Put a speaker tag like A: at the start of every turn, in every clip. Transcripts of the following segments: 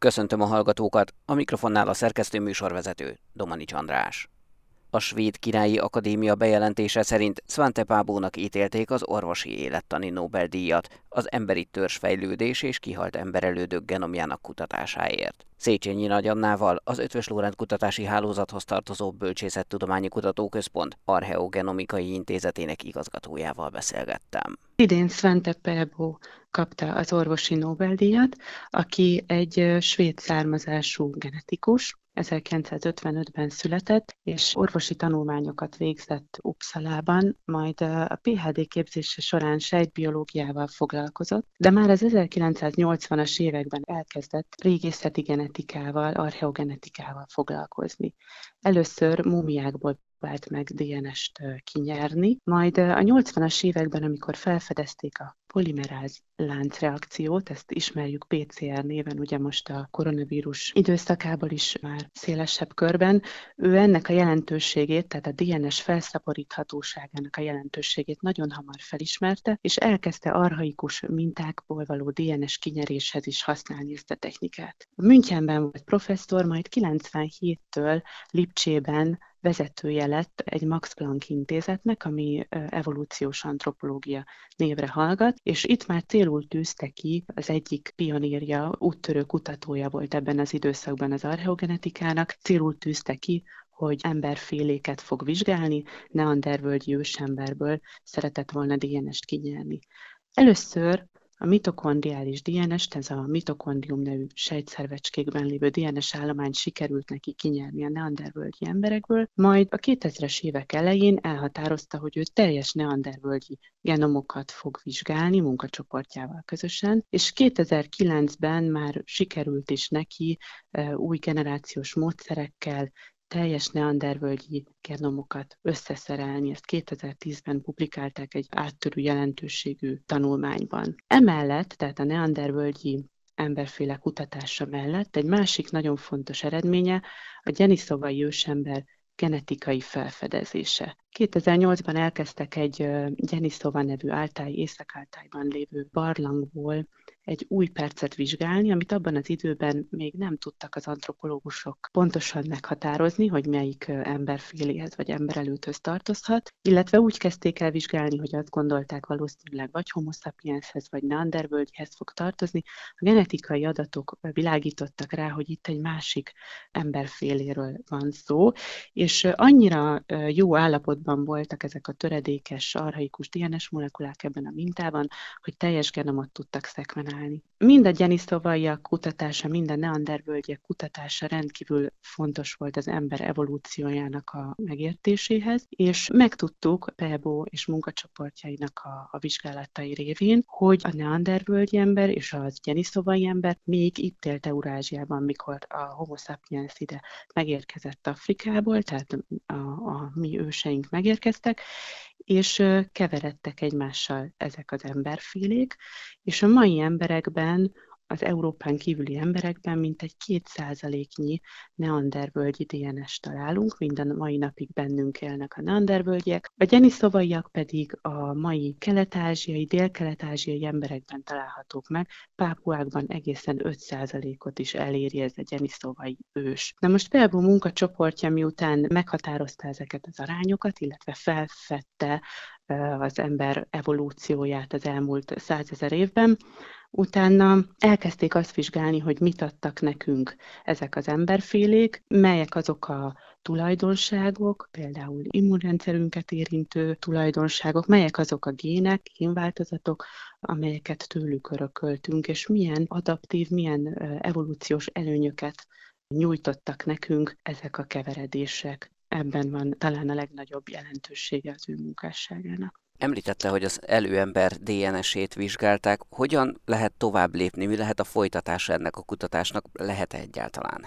A: Köszöntöm a hallgatókat, a mikrofonnál a szerkesztő műsorvezető, Domanics András. A Svéd Királyi Akadémia bejelentése szerint Svante Paabónak ítélték az orvosi élettani Nobel-díjat az emberi törzsfejlődés és kihalt emberelődök genomjának kutatásáért. Széchenyi Nagy Annával, az Eötvös Loránd Kutatási Hálózathoz tartozó Bölcsészettudományi Kutatóközpont Archeogenomikai Intézetének igazgatójával beszélgettem.
B: Idén Svante Pääbo kapta az orvosi Nobel-díjat, aki egy svéd származású genetikus, 1955-ben született, és orvosi tanulmányokat végzett Uppsalában, majd a PhD képzése során sejtbiológiával foglalkozott, de már az 1980-as években elkezdett régészeti genetikával, archeogenetikával foglalkozni. Először múmiákból próbált meg DNS-t kinyerni, majd a 80-as években, amikor felfedezték a polimeráz láncreakciót, ezt ismerjük PCR néven, ugye most a koronavírus időszakából is már szélesebb körben, ő ennek a jelentőségét, tehát a DNS felszaporíthatóságának a jelentőségét nagyon hamar felismerte, és elkezdte archaikus mintákból való DNS kinyeréshez is használni ezt a technikát. Münchenben volt professzor, majd 97-től Lipcsében vezetője lett egy Max Planck intézetnek, ami evolúciós antropológia névre hallgat, és itt már célul tűzte ki, az egyik pionírja, úttörő kutatója volt ebben az időszakban az archeogenetikának, célul tűzte ki, hogy emberféléket fog vizsgálni, neandervölgyi ősemberből szeretett volna DNS-t kinyerni. Először a mitokondriális DNS-t, ez a mitokondrium nevű sejtszervecskékben lévő DNS állományt sikerült neki kinyerni a neandervölgyi emberekből, majd a 2000-es évek elején elhatározta, hogy ő teljes neandervölgyi genomokat fog vizsgálni munkacsoportjával közösen, és 2009-ben már sikerült is neki új generációs módszerekkel teljes neandervölgyi genomokat összeszerelni. Ezt 2010-ben publikálták egy áttörő jelentőségű tanulmányban. Emellett, tehát a neandervölgyi emberféle kutatása mellett egy másik nagyon fontos eredménye a deniszovai ősember genetikai felfedezése. 2008-ban elkezdtek egy Deniszova nevű Észak-Altájban lévő barlangból egy új percet vizsgálni, amit abban az időben még nem tudtak az antropológusok pontosan meghatározni, hogy melyik emberféléhez vagy emberelőthöz tartozhat, illetve úgy kezdték el vizsgálni, hogy azt gondolták valószínűleg vagy Homo sapienshez vagy neandervölgyhez fog tartozni. A genetikai adatok világítottak rá, hogy itt egy másik emberféléről van szó, és annyira jó állapotban voltak ezek a töredékes, archaikus DNS molekulák ebben a mintában, hogy teljes genomot tudtak szekvenálni. Mind a deniszovaiak kutatása, mind a neandervölgyek kutatása rendkívül fontos volt az ember evolúciójának a megértéséhez, és megtudtuk Pääbo és munkacsoportjainak a vizsgálatai révén, hogy a neandervölgyi ember és az deniszovai ember még itt élt Eurázsiában, mikor a Homo sapiens ide megérkezett Afrikából, tehát a mi őseink megérkeztek, és keveredtek egymással ezek az emberfélék, és a mai emberekben, az Európán kívüli emberekben mintegy 2%-nyi neandervölgyi DNS-t találunk, minden mai napig bennünk élnek a neandervölgyek, a deniszovaiak pedig a mai kelet-ázsiai, dél-kelet-ázsiai emberekben találhatók meg, Pápuákban egészen 5%-ot is eléri ez a deniszovai ős. Na most Pääbo munkacsoportja miután meghatározta ezeket az arányokat, illetve felfedte az ember evolúcióját az elmúlt 100 000 évben, utána elkezdték azt vizsgálni, hogy mit adtak nekünk ezek az emberfélék, melyek azok a tulajdonságok, például immunrendszerünket érintő tulajdonságok, melyek azok a gének, génváltozatok, amelyeket tőlük örököltünk, és milyen adaptív, milyen evolúciós előnyöket nyújtottak nekünk ezek a keveredések. Ebben van talán a legnagyobb jelentősége az ő munkásságának.
A: Említette, hogy az előember DNS-ét vizsgálták. Hogyan lehet tovább lépni? Mi lehet a folytatása ennek a kutatásnak? Lehet-e egyáltalán?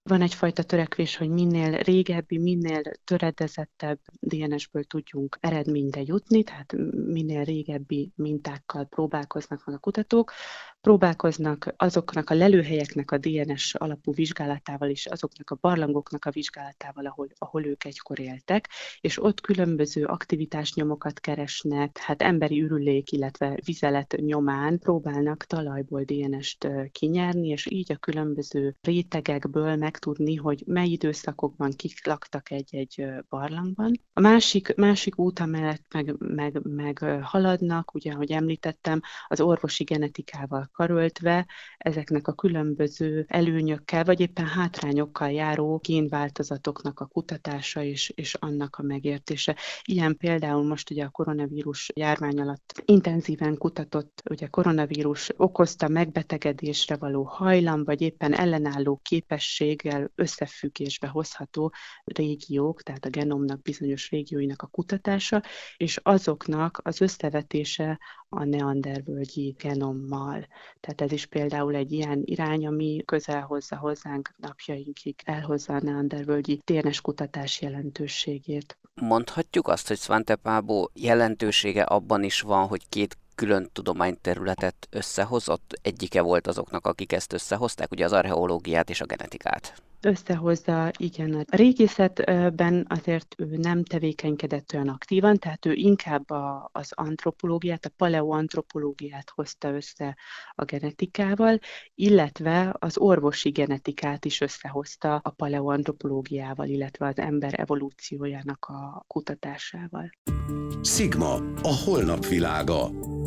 B: Van egyfajta törekvés, hogy minél régebbi, minél töredezettebb DNS-ből tudjunk eredményre jutni, tehát minél régebbi mintákkal próbálkoznak meg a kutatók, próbálkoznak azoknak a lelőhelyeknek a DNS alapú vizsgálatával és azoknak a barlangoknak a vizsgálatával, ahol ők egykor éltek, és ott különböző aktivitásnyomokat keresnek, hát emberi ürülék, illetve vizelet nyomán próbálnak talajból DNS-t kinyerni, és így a különböző rétegekből megtudni, hogy mely időszakokban kik laktak egy-egy barlangban. A másik út, amellett meg haladnak, ugye, ahogy említettem, az orvosi genetikával karöltve ezeknek a különböző előnyökkel, vagy éppen hátrányokkal járó génváltozatoknak a kutatása és annak a megértése. Ilyen például most ugye a koronavírus járvány alatt intenzíven kutatott, ugye koronavírus okozta megbetegedésre való hajlam, vagy éppen ellenálló képességgel összefüggésbe hozható régiók, tehát a genomnak bizonyos régióinak a kutatása, és azoknak az összevetése a neandervölgyi genommal. Tehát ez is például egy ilyen irány, ami közel hozza hozzánk napjainkig, elhozza a neandervölgyi DNS kutatás jelentőségét.
A: Mondhatjuk azt, hogy Svante Pääbo jelentősége abban is van, hogy két külön tudományterületet összehozott? Egyike volt azoknak, akik ezt összehozták, ugye az archeológiát és a genetikát.
B: Összehozza, igen. A régészetben azért ő nem tevékenykedett olyan aktívan, tehát ő inkább az antropológiát, a paleoantropológiát hozta össze a genetikával, illetve az orvosi genetikát is összehozta a paleoantropológiával, illetve az ember evolúciójának a kutatásával.
C: Sigma, a holnap világa.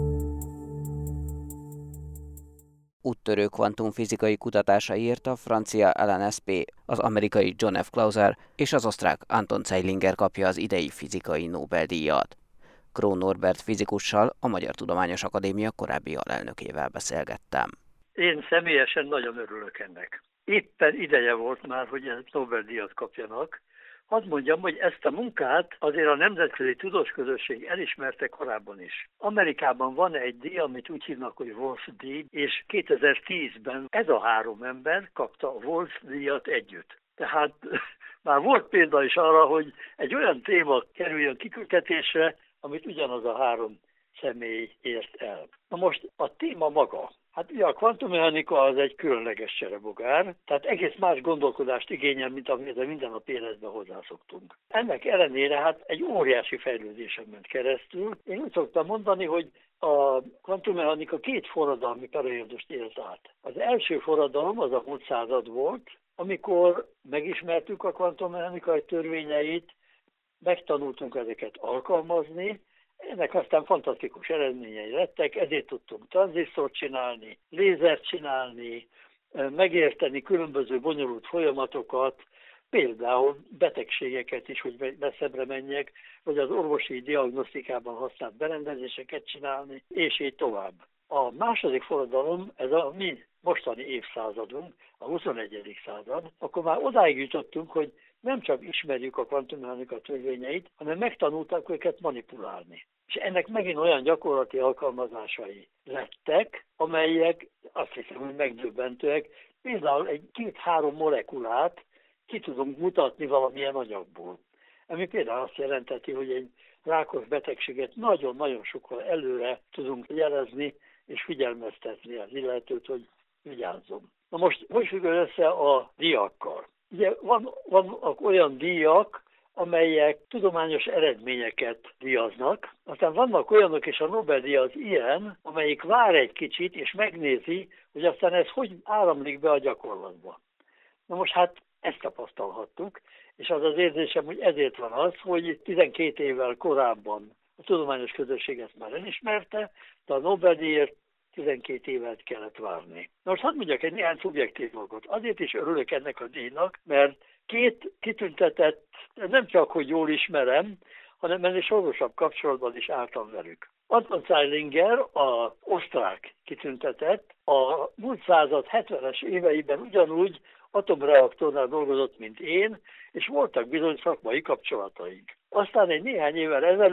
A: Úttörő kvantumfizikai kutatásaiért a francia LNSP, az amerikai John F. Clauser és az osztrák Anton Zeilinger kapja az idei fizikai Nobel-díjat. Krón Norbert fizikussal, a Magyar Tudományos Akadémia korábbi alelnökével beszélgettem.
D: Én személyesen nagyon örülök ennek. Éppen ideje volt már, hogy ezt Nobel-díjat kapjanak. Hadd mondjam, hogy ezt a munkát azért a nemzetközi tudós közösség elismerte korábban is. Amerikában van egy díj, amit úgy hívnak, hogy Wolf-díj, és 2010-ben ez a három ember kapta a Wolf-díjat együtt. Tehát már volt példa is arra, hogy egy olyan téma kerüljön kiküldetésre, amit ugyanaz a három személy ért el. Na most a téma maga. Hát ugye a kvantummechanika az egy különleges cserebogár, tehát egész más gondolkodást igényel, mint amit a mindennapi életben hozzászoktunk. Ennek ellenére hát egy óriási fejlődésen ment keresztül. Én úgy szoktam mondani, hogy a kvantummechanika két forradalmi periódust élt át. Az első forradalom az a múlt század volt, amikor megismertük a kvantummechanikai törvényeit, megtanultunk ezeket alkalmazni, ennek aztán fantasztikus eredményei lettek, ezért tudtunk tranzisztort csinálni, lézert csinálni, megérteni különböző bonyolult folyamatokat, például betegségeket is, hogy messzebbre menjek, vagy az orvosi diagnosztikában használt berendezéseket csinálni, és így tovább. A második forradalom, ez a mi mostani évszázadunk, a 21. század, akkor már odáig jutottunk, hogy nem csak ismerjük a kvantummechanika törvényeit, hanem megtanulták őket manipulálni. És ennek megint olyan gyakorlati alkalmazásai lettek, amelyek azt hiszem, hogy megdöbbentőek. Például egy 2-3 molekulát ki tudunk mutatni valamilyen anyagból. Ami például azt jelenteti, hogy egy rákos betegséget nagyon-nagyon sokkal előre tudunk jelezni, és figyelmeztetni az illetőt, hogy vigyázzon. Na most, hogy függ össze a díjakkal? Ugye vannak olyan díjak, amelyek tudományos eredményeket díjaznak, aztán vannak olyanok, és a Nobel-díj az ilyen, amelyik vár egy kicsit, és megnézi, hogy aztán ez hogy áramlik be a gyakorlatba. Na most hát ezt tapasztalhattuk, és az az érzésem, hogy ezért van az, hogy 12 évvel korábban a tudományos közösség ezt már elismerte, de a Nobel-díjért 12 évet kellett várni. Na most hadd mondjak egy néhány szubjektív dolgot. Azért is örülök ennek a díjnak, mert két kitüntetett, nem csak, hogy jól ismerem, hanem ennél sorosabb kapcsolatban is álltam velük. Anton Zeilinger, az osztrák kitüntetett, a múlt század 70-es éveiben ugyanúgy atomreaktornál dolgozott, mint én, és voltak bizony szakmai kapcsolataink. Aztán egy néhány évvel ezelőtt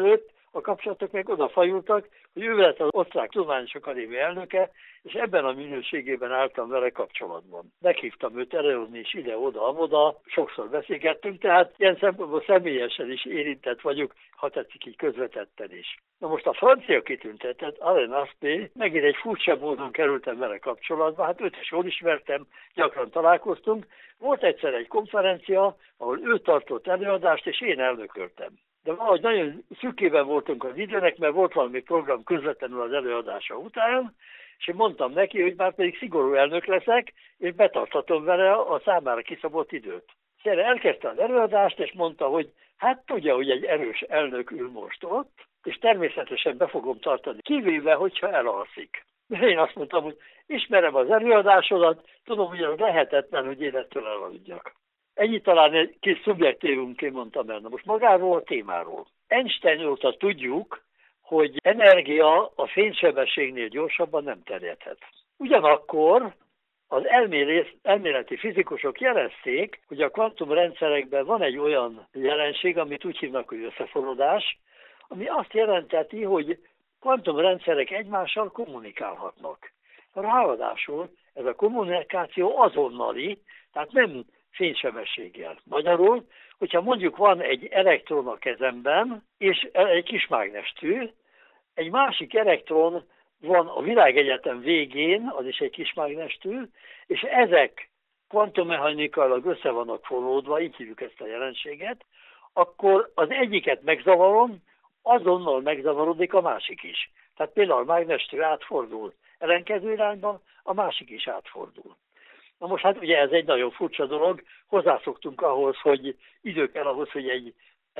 D: a kapcsolatok meg odafajultak, hogy ő lett az Osztrák Tudományos Akadémia elnöke, és ebben a minőségében álltam vele kapcsolatban. Meghívtam őt előzni is ide-oda-amoda, sokszor beszélgettünk, tehát ilyen szempontból személyesen is érintett vagyok, ha tetszik így közvetetten is. Na most a francia kitüntetett, Alain Aspect, megint egy furcsa módon kerültem vele kapcsolatba, hát őt is jól ismertem, gyakran találkoztunk. Volt egyszer egy konferencia, ahol ő tartott előadást, és én elnököltem. De valahogy nagyon szükében voltunk az időnek, mert volt valami program közvetlenül az előadása után, és én mondtam neki, hogy már pedig szigorú elnök leszek, és betartatom vele a számára kiszabott időt. És erre elkezdte az előadást, és mondta, hogy hát tudja, hogy egy erős elnök ül most ott, és természetesen be fogom tartani, kivéve, hogyha elalszik. Én azt mondtam, hogy ismerem az előadásodat, tudom, hogy az lehetetlen, hogy én ettől elaludjak. Ennyi talán egy kis szubjektívumként mondtam el. Na most magáról a témáról. Einstein óta tudjuk, hogy energia a fénysebességnél gyorsabban nem terjedhet. Ugyanakkor az elméleti fizikusok jelezték, hogy a kvantumrendszerekben van egy olyan jelenség, amit úgy hívnak, hogy összefonódás, ami azt jelenteti, hogy kvantumrendszerek egymással kommunikálhatnak. Ráadásul ez a kommunikáció azonnali, tehát nem fénysebességgel. Magyarul, hogyha mondjuk van egy elektron a kezemben, és egy kis mágnestű, egy másik elektron van a világegyetem végén, az is egy kis mágnestű, és ezek kvantummechanikailag össze vannak fonódva, így hívjuk ezt a jelenséget, akkor az egyiket megzavarom, azonnal megzavarodik a másik is. Tehát például a mágnestű átfordul ellenkező irányban, a másik is átfordul. Na most hát ugye ez egy nagyon furcsa dolog, hozzászoktunk ahhoz, hogy idő kell ahhoz, hogy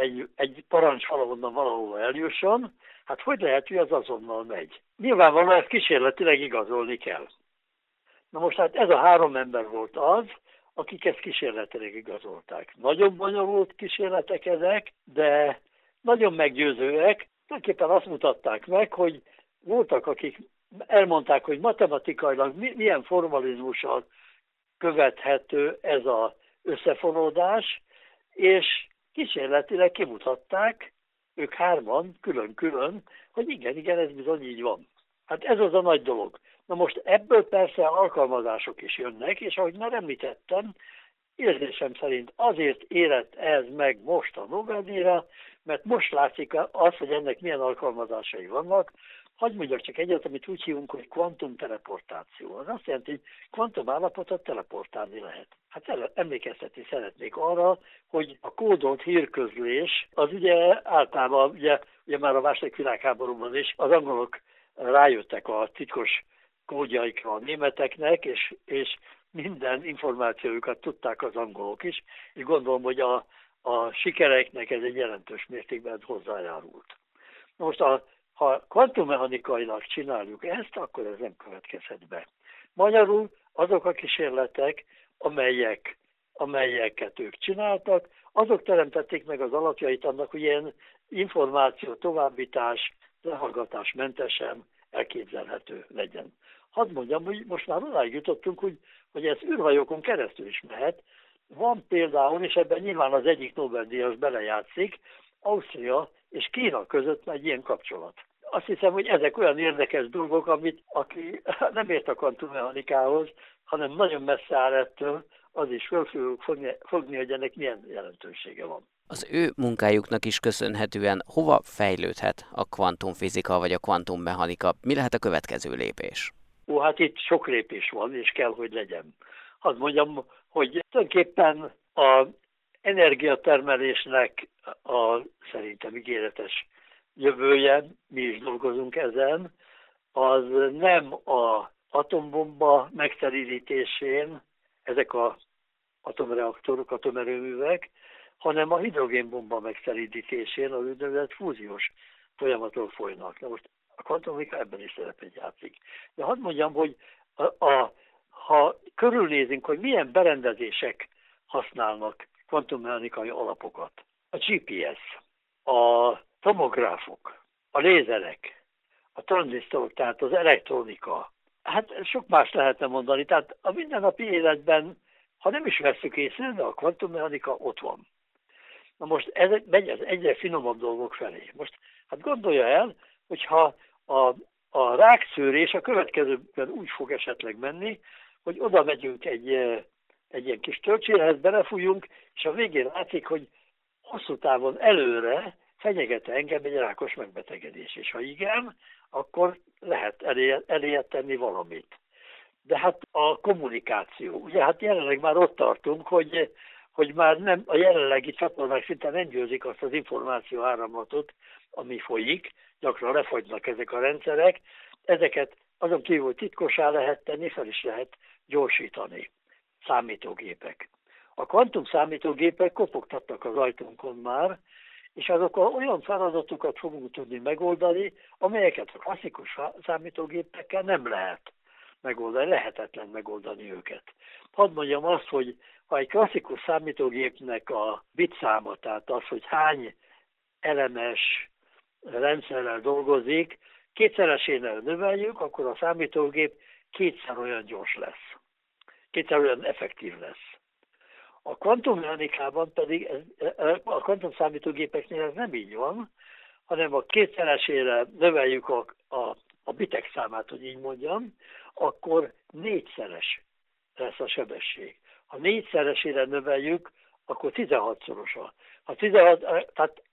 D: egy parancs valahova eljusson, hát hogy lehet, hogy az azonnal megy? Nyilvánvalóan ezt kísérletileg igazolni kell. Na most hát ez a 3 ember volt az, akik ezt kísérletileg igazolták. Nagyon bonyolult kísérletek ezek, de nagyon meggyőzőek. Tulajdonképpen azt mutatták meg, hogy voltak, akik elmondták, hogy matematikailag milyen formalizmussal követhető ez az összefonódás, és kísérletileg kimutatták, ők 3-an, külön-külön, hogy igen, ez bizony így van. Hát ez az a nagy dolog. Na most ebből persze alkalmazások is jönnek, és ahogy már említettem, érzésem szerint azért érett ez meg most a Nobel-díjra, mert most látszik az, hogy ennek milyen alkalmazásai vannak. Hadd mondjak csak egyet, amit úgy hívunk, hogy kvantumteleportáció. Az azt jelenti, hogy kvantum állapotot teleportálni lehet. Hát emlékeztetni szeretnék arra, hogy a kódolt hírközlés az ugye általában, ugye már a második világháborúban is az angolok rájöttek a titkos kódjaikra a németeknek, és minden információjukat tudták az angolok is, és gondolom, hogy a sikereknek ez egy jelentős mértékben hozzájárult. Most ha kvantummechanikailag csináljuk ezt, akkor ez nem következhet be. Magyarul azok a kísérletek, amelyeket ők csináltak, azok teremtették meg az alapjait annak, hogy ilyen információ továbbítás, lehallgatás mentesen elképzelhető legyen. Hadd mondjam, hogy most már odáig jutottunk, hogy ez űrhajókon keresztül is mehet. Van például, és ebben nyilván az egyik Nobel-díjas belejátszik, Ausztria és Kína között egy ilyen kapcsolat. Azt hiszem, hogy ezek olyan érdekes dolgok, aki nem ért a kvantummechanikához, hanem nagyon messze áll ettől, az is föl fogjuk fogni, hogy ennek milyen jelentősége van.
A: Az ő munkájuknak is köszönhetően hova fejlődhet a kvantumfizika vagy a kvantummechanika? Mi lehet a következő lépés?
D: Hát itt sok lépés van, és kell, hogy legyen. Hadd mondjam, hogy tulajdonképpen az energiatermelésnek a szerintem ígéretes jövője, mi is dolgozunk ezen, az nem az atombomba megszerítésén, ezek az atomreaktorok, atomerőművek, hanem a hidrogénbomba megszerítésén, az úgynevezett fúziós folyamatok folynak. Na most a kvantumfizika ebben is szerepet játszik. De hadd mondjam, hogy ha körülnézünk, hogy milyen berendezések használnak kvantummechanikai alapokat, a GPS, a tomográfok, a lézerek, a tranzisztorok, tehát az elektronika, hát sok más lehetne mondani. Tehát a mindennapi életben, ha nem is vesszük észre, de a kvantummechanika ott van. Na most ez megy az egyre finomabb dolgok felé. Most hát gondolja el, hogyha a rákszűrés a következőben úgy fog esetleg menni, hogy oda megyünk egy ilyen kis töltsérehez, belefújunk, és a végén látszik, hogy hosszú távon előre fenyeget engem egy rákos megbetegedés. És ha igen, akkor lehet eléje tenni valamit. De hát a kommunikáció. Ugye hát jelenleg már ott tartunk, hogy már nem, a jelenlegi csatornák szinte nem győzik azt az információ áramlatot, ami folyik, gyakran lefagynak ezek a rendszerek. Ezeket azon kívül titkosá lehet tenni, fel is lehet gyorsítani. Számítógépek. A kvantum számítógépek kopogtatnak az ajtónkon már, és azokkal olyan feladatokat fogunk tudni megoldani, amelyeket a klasszikus számítógépekkel nem lehet megoldani, lehetetlen megoldani őket. Hadd mondjam azt, hogy ha egy klasszikus számítógépnek a bitszáma, tehát az, hogy hány elemes rendszerrel dolgozik, kétszeresénél növeljük, akkor a számítógép kétszer olyan gyors lesz. Kétszer olyan effektív lesz. A kvantummechanikában pedig, a kvantumszámítógépeknél ez nem így van, hanem a kétszeresére növeljük a bitek számát, hogy így mondjam, akkor négyszeres lesz a sebesség. Ha négyszeresére növeljük, akkor 16-szorosa. Ha 16, tehát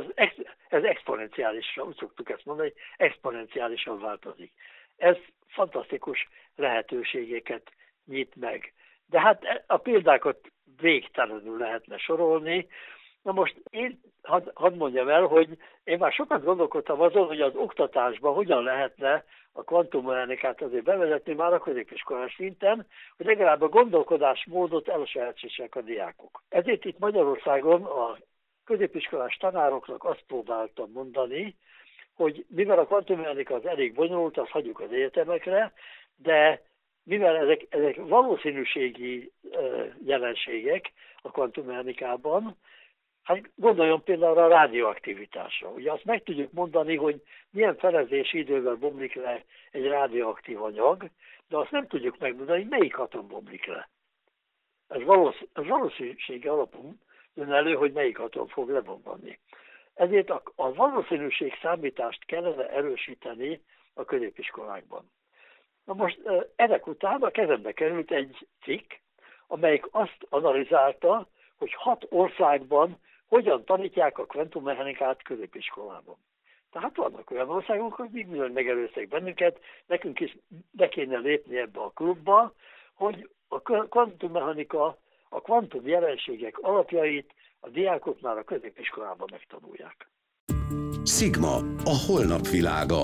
D: ez exponenciálisan, úgy szoktuk ezt mondani, exponenciálisan változik. Ez fantasztikus lehetőségeket nyit meg. De hát a példákat végtelenül lehetne sorolni. Na most én hadd mondjam el, hogy én már sokat gondolkodtam azon, hogy az oktatásban hogyan lehetne a kvantummechanikát azért bevezetni már a középiskolás szinten, hogy legalább a gondolkodásmódot elsajátítsák a diákok. Ezért itt Magyarországon a középiskolás tanároknak azt próbáltam mondani, hogy mivel a kvantummechanika az elég bonyolult, azt hagyjuk az egyetemekre, de mivel ezek valószínűségi jelenségek a kvantummechanikában, hát gondoljon például a rádióaktivitásra. Ugye azt meg tudjuk mondani, hogy milyen felezési idővel bomlik le egy rádióaktív anyag, de azt nem tudjuk megmondani, hogy melyik atom bomlik le. Ez valószínűségi alapon jön elő, hogy melyik atom fog lebomlani. Ezért a valószínűség számítást kellene erősíteni a középiskolákban. Na most ezek után a kezembe került egy cikk, amelyik azt analizálta, hogy 6 országban hogyan tanítják a kvantummechanikát középiskolában. Tehát vannak olyan országok, hogy még bizony megelőztek bennünket, nekünk is be kéne lépni ebbe a klubba, hogy a kvantummechanika, a kvantum jelenségek alapjait a diákok már a középiskolában megtanulják.
C: Sigma, a holnap világa.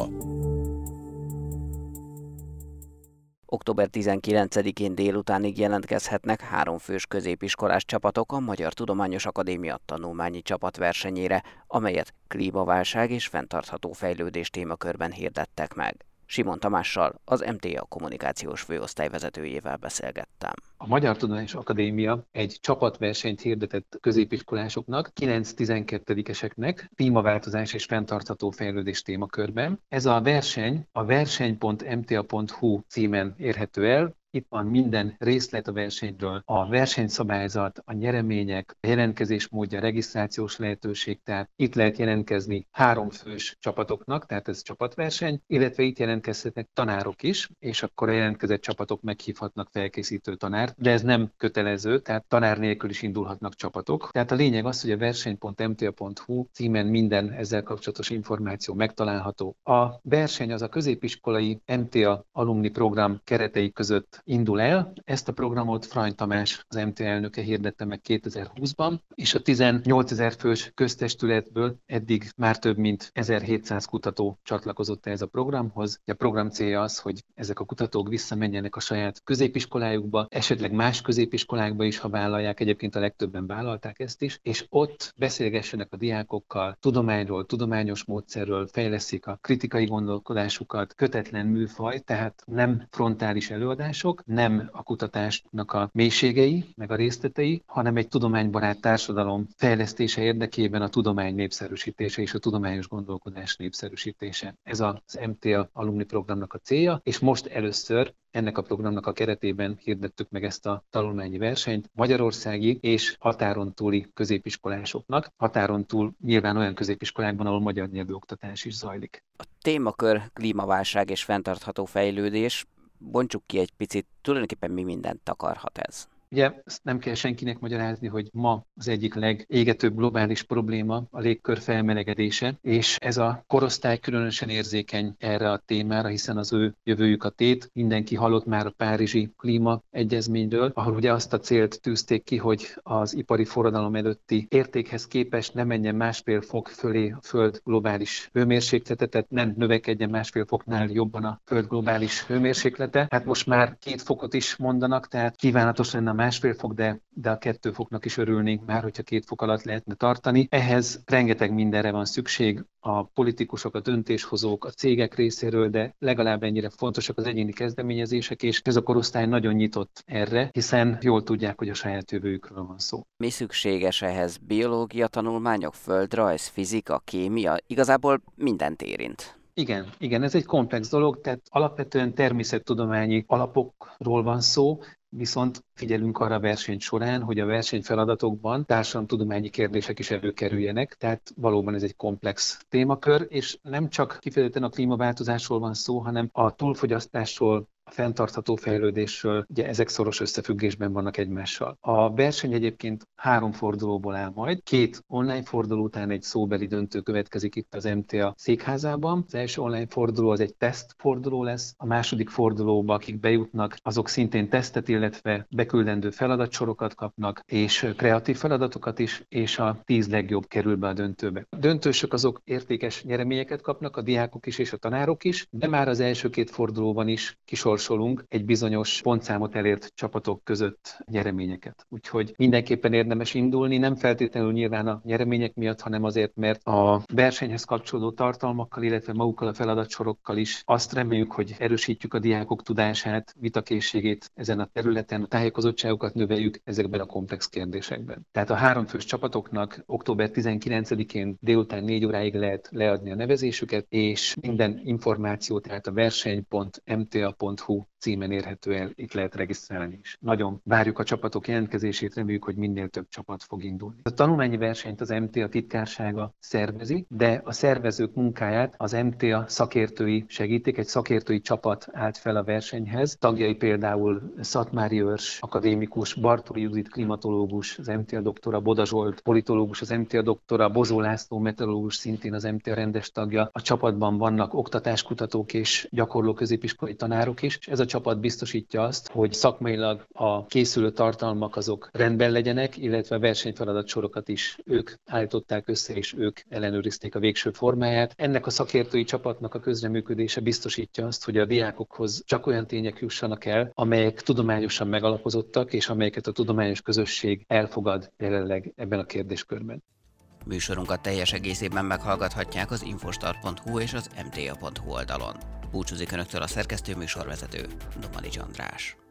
A: Október 19-én délutánig jelentkezhetnek 3 fős középiskolás csapatok a Magyar Tudományos Akadémia tanulmányi csapatversenyére, amelyet klímaválság és fenntartható fejlődés témakörben hirdettek meg. Simon Tamással, az MTA kommunikációs főosztály vezetőjével beszélgettem.
E: A Magyar Tudományos Akadémia egy csapatversenyt hirdetett középiskolásoknak, 9-12-eseknek klímaváltozás és fenntartható fejlődés témakörben. Ez a verseny a verseny.mta.hu címen érhető el. Itt van minden részlet a versenyről, a versenyszabályzat, a nyeremények, a jelentkezés módja, a regisztrációs lehetőség, tehát itt lehet jelentkezni 3 fős csapatoknak, tehát ez csapatverseny, illetve itt jelentkezhetnek tanárok is, és akkor a jelentkezett csapatok meghívhatnak felkészítő tanárt, de ez nem kötelező, tehát tanár nélkül is indulhatnak csapatok. Tehát a lényeg az, hogy a verseny.mta.hu címen minden ezzel kapcsolatos információ megtalálható. A verseny az a középiskolai MTA alumni program keretei között indul el. Ezt a programot Frany Tamás, az MTA elnöke hirdette meg 2020-ban, és a 18 000 fős köztestületből eddig már több mint 1700 kutató csatlakozott ehhez a programhoz. A program célja az, hogy ezek a kutatók visszamenjenek a saját középiskolájukba, esetleg más középiskolákba is, ha vállalják, egyébként a legtöbben vállalták ezt is, és ott beszélgessenek a diákokkal tudományról, tudományos módszerről, fejleszik a kritikai gondolkodásukat, kötetlen műfaj, tehát nem frontális előadások, kutatások, nem a kutatásnak a mélységei, meg a részletei, hanem egy tudománybarát társadalom fejlesztése érdekében a tudomány népszerűsítése és a tudományos gondolkodás népszerűsítése. Ez az MTA alumni programnak a célja, és most először ennek a programnak a keretében hirdettük meg ezt a tanulmányi versenyt magyarországi és határon túli középiskolásoknak. Határon túl nyilván olyan középiskolákban, ahol magyar nyelvű oktatás is zajlik.
A: A témakör klímaválság és fenntartható fejlődés. Bontsuk ki egy picit, tulajdonképpen mi mindent takarhat ez?
E: Ugye ezt nem kell senkinek magyarázni, hogy ma az egyik legégetőbb globális probléma a légkör felmelegedése, és ez a korosztály különösen érzékeny erre a témára, hiszen az ő jövőjük a tét. Mindenki hallott már a Párizsi klímaegyezményről, ahol ugye azt a célt tűzték ki, hogy az ipari forradalom előtti értékhez képest ne menjen 1,5 fok fölé a Föld globális hőmérséklete, tehát nem növekedjen 1,5 foknál jobban a Föld globális hőmérséklete. Hát most már 2 fokot is mondanak, tehát kívánatos lenne a 1,5 fok, de a 2 foknak is örülnénk már, hogyha 2 fok alatt lehetne tartani. Ehhez rengeteg mindenre van szükség, a politikusok, a döntéshozók, a cégek részéről, de legalább ennyire fontosak az egyéni kezdeményezések, és ez a korosztály nagyon nyitott erre, hiszen jól tudják, hogy a saját jövőjükről van szó.
A: Mi szükséges ehhez? Biológia tanulmányok, földrajz, fizika, kémia, igazából mindent érint.
E: Igen, ez egy komplex dolog, tehát alapvetően természettudományi alapokról van szó, viszont figyelünk arra a verseny során, hogy a versenyfeladatokban társadalomtudományi kérdések is előkerüljenek, tehát valóban ez egy komplex témakör, és nem csak kifejezetten a klímaváltozásról van szó, hanem a túlfogyasztásról, a fenntartható fejlődésről, ugye ezek szoros összefüggésben vannak egymással. A verseny egyébként 3 fordulóból áll majd, 2 online forduló után egy szóbeli döntő következik itt az MTA székházában. Az első online forduló az egy teszt forduló lesz, a második fordulóba, akik bejutnak, azok szintén tesztet, illetve beküldendő feladatsorokat kapnak, és kreatív feladatokat is, és a 10 legjobb kerül be a döntőbe. A döntősök azok értékes nyereményeket kapnak, a diákok is és a tanárok is, de már az első 2 fordulóban is kisorsolunk egy bizonyos pontszámot elért csapatok között nyereményeket. Úgyhogy mindenképpen érdemes indulni, nem feltétlenül nyilván a nyeremények miatt, hanem azért, mert a versenyhez kapcsolódó tartalmakkal, illetve magukkal a feladatsorokkal is azt reméljük, hogy erősítjük a diákok tudását, vitakészségét ezen a területen, a tájékozottságukat növeljük ezekben a komplex kérdésekben. Tehát a 3 fős csapatoknak október 19-én délután 4 óráig lehet leadni a nevezésüket, és minden információ, tehát a verseny.mta.hu címen érhető el, itt lehet regisztrálni is. Nagyon várjuk a csapatok jelentkezését, reméljük, hogy minél több csapat fog indulni. A tanulmányi versenyt az MTA titkársága szervezi, de a szervezők munkáját az MTA szakértői segítik, egy szakértői csapat állt fel a versenyhez. Tagjai például Szatmári Őrs akadémikus, Bartóri Judit klimatológus, az MTA doktora, Boda Zsolt politológus, az MTA doktora, Bozó László meteorológus, szintén az MTA rendes tagja. A csapatban vannak oktatáskutatók és gyakorló középiskolai tanárok is, és ez a csapat biztosítja azt, hogy szakmailag a készülő tartalmak azok rendben legyenek, illetve a versenyfeladatsorokat is ők állították össze, és ők ellenőrizték a végső formáját. Ennek a szakértői csapatnak a közreműködése biztosítja azt, hogy a diákokhoz csak olyan tények jussanak el, amelyek tudományosan megalapozottak, és amelyeket a tudományos közösség elfogad jelenleg ebben a kérdéskörben.
A: Műsorunkat teljes egészében meghallgathatják az infostart.hu és az mta.hu oldalon. Búcsúzik Önöktől a szerkesztő műsorvezető, Domanics András.